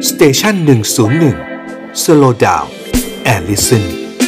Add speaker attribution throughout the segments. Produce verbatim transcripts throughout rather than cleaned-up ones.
Speaker 1: สเตชันหนึ่งศูนย์หนึ่ง Slow Down and Listen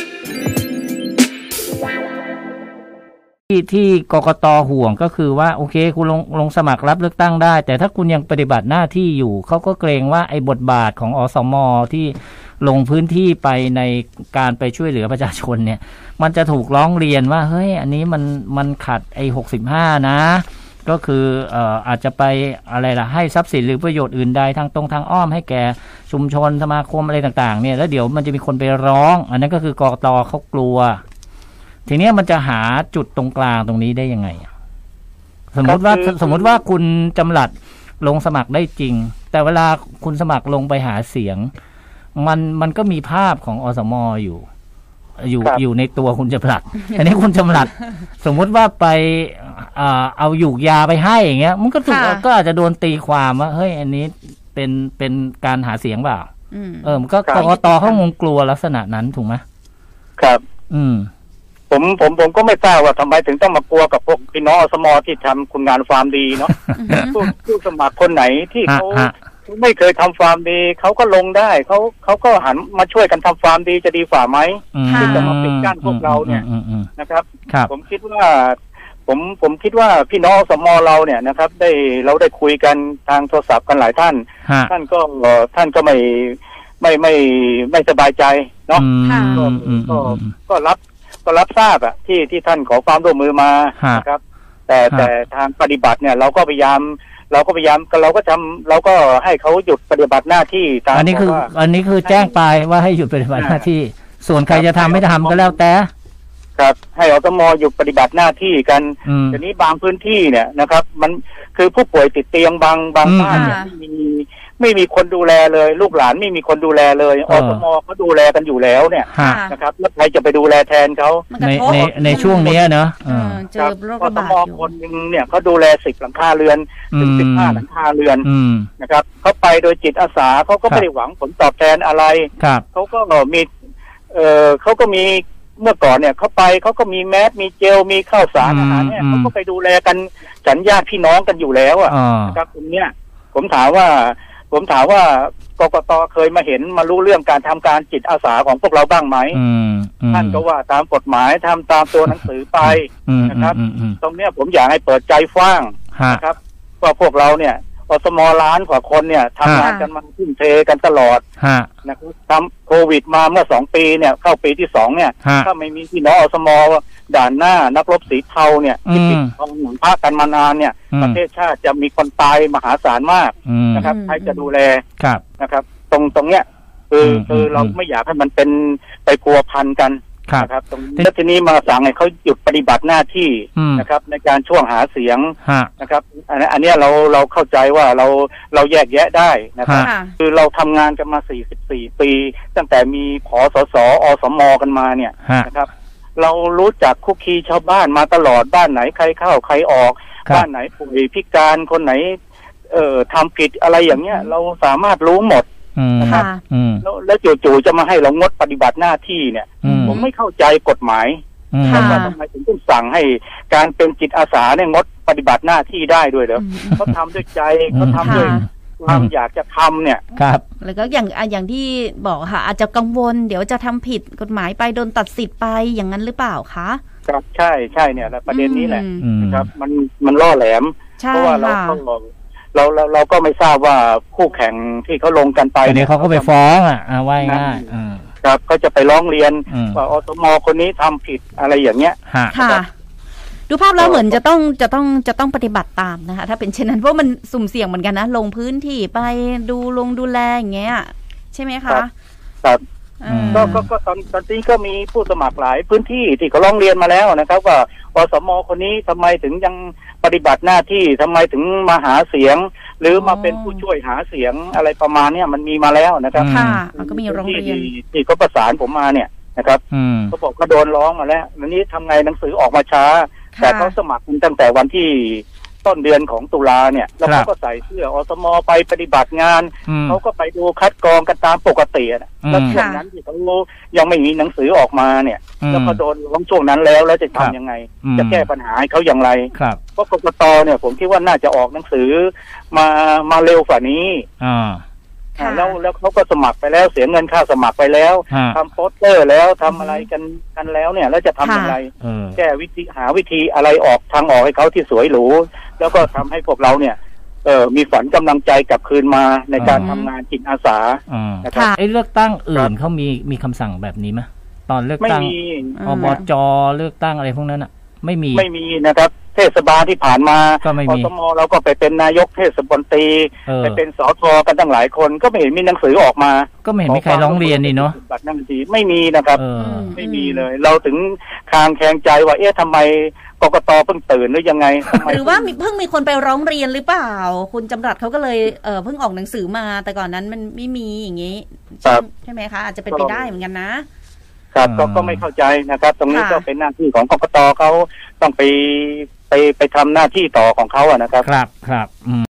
Speaker 2: ที่ที่กกต.ห่วงก็คือว่าโอเคคุณลงลงสมัครรับเลือกตั้งได้แต่ถ้าคุณยังปฏิบัติหน้าที่อยู่เขาก็เกรงว่าไอ้บทบาทของอสม.ที่ลงพื้นที่ไปในการไปช่วยเหลือประชาชนเนี่ยมันจะถูกร้องเรียนว่าเฮ้ยอันนี้มันมันขัดไอ้หกสิบห้านะก็คือเอ่ออาจจะไปอะไรล่ะให้ทรัพย์สินหรือประโยชน์อื่นใดทางตรงทางอ้อมให้แก่ชุมชนสมาคมอะไรต่างๆเนี่ยแล้วเดี๋ยวมันจะมีคนไปร้องอันนั้นก็คือกกต.เขากลัวทีนี้มันจะหาจุดตรงกลางตรงนี้ได้ยังไงสมมติว่าสมมติว่าคุณจำหลัดลงสมัครได้จริงแต่เวลาคุณสมัครลงไปหาเสียงมันมันก็มีภาพของอสม.อยู่อยู่อยู่ในตัวคุณจำหลัดอันนี้คุณจำหลัดสมมติว่าไปอ่าเอาหยูกยาไปให้อย่างเงี้ยมันก็ถูกก็อาจจะโดนตีความว่าเฮ้ยอันนี้เป็นเป็นการหาเสียงเปล่าเออมันก็กกต.เขาคงกลัวลักษณะนั้นถูกไหมครับอืม
Speaker 3: ผมผมผมก็ไม่ทราบว่าทำไมถึงต้องมากลัวกับพวกพี่น้องอสม.ที่ทำคุณงานฟาร์มดีเนาะผู้ผู้สมัครคนไหนที่เขาไม่เคยทำฟาร์มดีเขาก็ลงได้เขาเขาก็หันมาช่วยกันทำฟาร์มดีจะดีฝ่าไหมที่จะมาปิดกั้นพวกเราเนี่ยนะครับผมคิดว่าผมผมคิดว่าพี่น้องอสม.เราเนี่ยนะครับได้เราได้คุยกันทางโทรศัพท์กันหลายท่านท่านก็ท่านก็ไม่ไม่ไม่ไม่สบายใจเนาะก็ก็รับก็รับทราบอะที่ที่ท่านขอความร่วมมือมานะครับแต่แต่ทางปฏิบัติเนี่ยเราก็พยายามเราก็พยายามเราก็ทำเราก็ให้เขาหยุดปฏิบัติหน้าที่ตาม
Speaker 2: อันนี้คืออันนี้คือแจ้งไปว่าให้หยุดปฏิบัติหน้าที่ส่วนใครจะทำไม่ทำก็แล้วแต่
Speaker 3: ครับให้อสม.หยุดปฏิบัติหน้าที่กันทีนี้บางพื้นที่เนี่ยนะครับมันคือผู้ป่วยติดเตียงบางบางบ้านเนี่ยไม่มีไม่มีคนดูแลเลยลูกหลานไม่มีคนดูแลเลยอสม.เขาดูแลกันอยู่แล้วเนี่ยนะครับแล้วใครจะไปดูแลแทนเขา
Speaker 2: ในในในช่วงนี้เนอะ
Speaker 3: เจอโรคระบาดอยู่คนหนึ่งเนี่ยเขาดูแลสิบหลังคาเรือนถึงสิบห้าหลังคาเรือนนะครับเขาไปโดยจิตอาสาเขาก็ไม่ได้หวังผลตอบแทนอะไรเขาก็มีเออเขาก็มีเมื่อก่อนเนี่ยเขาไปเขาก็มีแมสมีเจลมีข้าวสารอาหารเนี่ยเขาก็ไปดูแลกันสัญญาติพี่น้องกันอยู่แล้วอ่ะนะครับตรงเนี้ยผมถามว่าผมถามว่ากกต.เคยมาเห็นมารู้เรื่องการทำการจิตอาสาของพวกเราบ้างไหมท่านก็ว่าตามกฎหมายทำตามตัวหนังสือไปนะครับตรงเนี้ยผมอยากให้เปิดใจฟ้างนะครับว่าพวกเราเนี่ยอสม.ล้านกว่าคนเนี่ยทำงานกันมาทุ่มเทกันตลอดนะครับทำโควิดมาเมื่อสองปีเนี่ยเข้าปีที่สองเนี่ยถ้าไม่มีพี่น้องอสม.ด่านหน้านักรบสีเทาเนี่ยที่ปิดทองหนุนภาคกันมานานเนี่ยประเทศชาติจะมีคนตายมหาศาลมากนะครับใครจะดูแลนะครับตรงตรงเนี้ยคือคือเราไม่อยากให้มันเป็นไปพัวพันกันนะครับตรงนี้ทีนี้มาสั่งให้เขาหยุดปฏิบัติหน้าที่นะครับในการช่วงหาเสียงนะครับอันนี้อันนี้เราเราเข้าใจว่าเราเราแยกแยะได้นะครับคือเราทำงานกันมาสี่สิบสี่ปีตั้งแต่มีผสสอสม.กันมาเนี่ยนะครับเรารู้จักคุกคีชาวบ้านมาตลอดบ้านไหนใครเข้าใครออกบ้านไหนป่วยพิการคนไหนเอ่อทำผิดอะไรอย่างเงี้ยเราสามารถรู้หมดนะครับแล้วแล้วจู่ๆจะมาให้เรางดปฏิบัติหน้าที่เนี่ยผมไม่เข้าใจกฎหมายว่าทำไมถึงต้องสั่งให้การเป็นจิตอาสาเนี่ยงดปฏิบัติหน้าที่ได้ด้วยเหรอเขาทำด้วยใจเขาทำด้วยความอยากจะทำเนี่ย
Speaker 4: ครับแล้วก็อย่างอย่างที่บอกค่ะอาจจะกังวลเดี๋ยวจะทำผิดกฎหมายไปโดนตัดสิทธิ์ไปอย่างนั้นหรือเปล่าคะ
Speaker 3: ครับใช่ใช่เนี่ยประเด็นนี้แหละนะครับมันมันล่อแหลมเพราะว่าเราต้องเราเราเราก็ไม่ทราบว่าคู่แข่งที่เขาลงกันไป
Speaker 2: เนี่ยเขาก็ไปฟ้องอ่ะว่าง่าย
Speaker 3: ครับเขาจะไปร้องเรียนว่าอสม.คนนี้ทำผิดอะไรอย่างเงี้ย
Speaker 4: ค่ะดูภาพแล้วเหมือนจะต้องจะต้องจะต้องปฏิบัติตามนะคะถ้าเป็นเช่นนั้นเพราะมันสุ่มเสี่ยงเหมือนกันนะลงพื้นที่ไปดูลงดูแลอย่างเงี้ยใช่ไหมคะ
Speaker 3: ครับก็ก็ก็ตอนตอนนี้ก็มีผู้สมัครหลายพื้นที่ที่เขาร้องเรียนมาแล้วนะครับว่าอสม.คนนี้ทำไมถึงยังปฏิบัติหน้าที่ทำไมถึงมาหาเสียงหรือมาเป็นผู้ช่วยหาเสียงอะไรประมาณเนี้ยมันมีมาแล้วนะครับ
Speaker 4: ค่ะก็มีร้องเรียน
Speaker 3: ที่เขาประสานผมมาเนี่ยนะครับเขาบอกก็โดนร้องมาแล้ววันนี้ทำไงหนังสือออกมาช้าแต่เขาสมัครตั้งแต่วันที่ต้นเดือนของตุลาเนี่ยแล้วเขาก็ใส่เสื้ออสม.ไปปฏิบัติงานเขาก็ไปดูคัดกรองกันตามปกตินะแล้วช่วงนั้นที่เขายังไม่มีหนังสือออกมาเนี่ยแล้วก็โดนร้องช่วงนั้นแล้วแล้วจะทำยังไงจะแก้ปัญหาให้เขาอย่างไรเพราะกกต.เนี่ยผมคิดว่าน่าจะออกหนังสือมามาเร็วกว่านี้แล้วแล้วเขาก็สมัครไปแล้วเสียเงินค่าสมัครไปแล้วทำโปสเตอร์แล้วทำอะไรกันกันแล้วเนี่ยแล้วจะทำอย่างไรแก้วิธีหาวิธีอะไรออกทางออกให้เขาที่สวยหรูแล้วก็ทำให้พวกเราเนี่ยเออมีฝันกำลังใจกลับคืนมาในการทำงานจิตอาสานะครับ
Speaker 2: ไอ้เลือกตั้งอื่นเขามีมีคำสั่งแบบนี้ไหมตอนเลือกตั้งอบจเลือกตั้งอะไรพวกนั้นอ่ะไม่มี
Speaker 3: ไม่มีนะครับเทศบาลที่ผ่านมาอสมเราก็ไปเป็นนายกเทศบาลตีไปเป็นสทกันตั้งหลายคนก็ไม่เห็นมีหนังสือออกมา
Speaker 2: ก็ไม่เห็นมีใครร้องเรียนนี่เนาะ
Speaker 3: บัตรนั่งทีไม่มีนะครับไม่มีเลยเราถึงคางแคงใจว่าเอ๊ะทำไมกกตเพิ่งตื่นหรือยังไง
Speaker 4: หรือว่าเพิ่งมีคนไปร้องเรียนหรือเปล่าคุณจำรัดเขาก็เลยเออเพิ่งออกหนังสือมาแต่ก่อนนั้นมันไม่มีอย่างนี้ใช่ไหมคะอาจจะเป็นไปได้เหมือนกันนะครับ
Speaker 3: ก็ก็ไม่เข้าใจนะครับตรงนี้ก็เป็นหน้าที่ของกกตเขาต้องไปไปไปทำหน้าที่ต่อของเขาอะนะครับ
Speaker 2: ครับครับ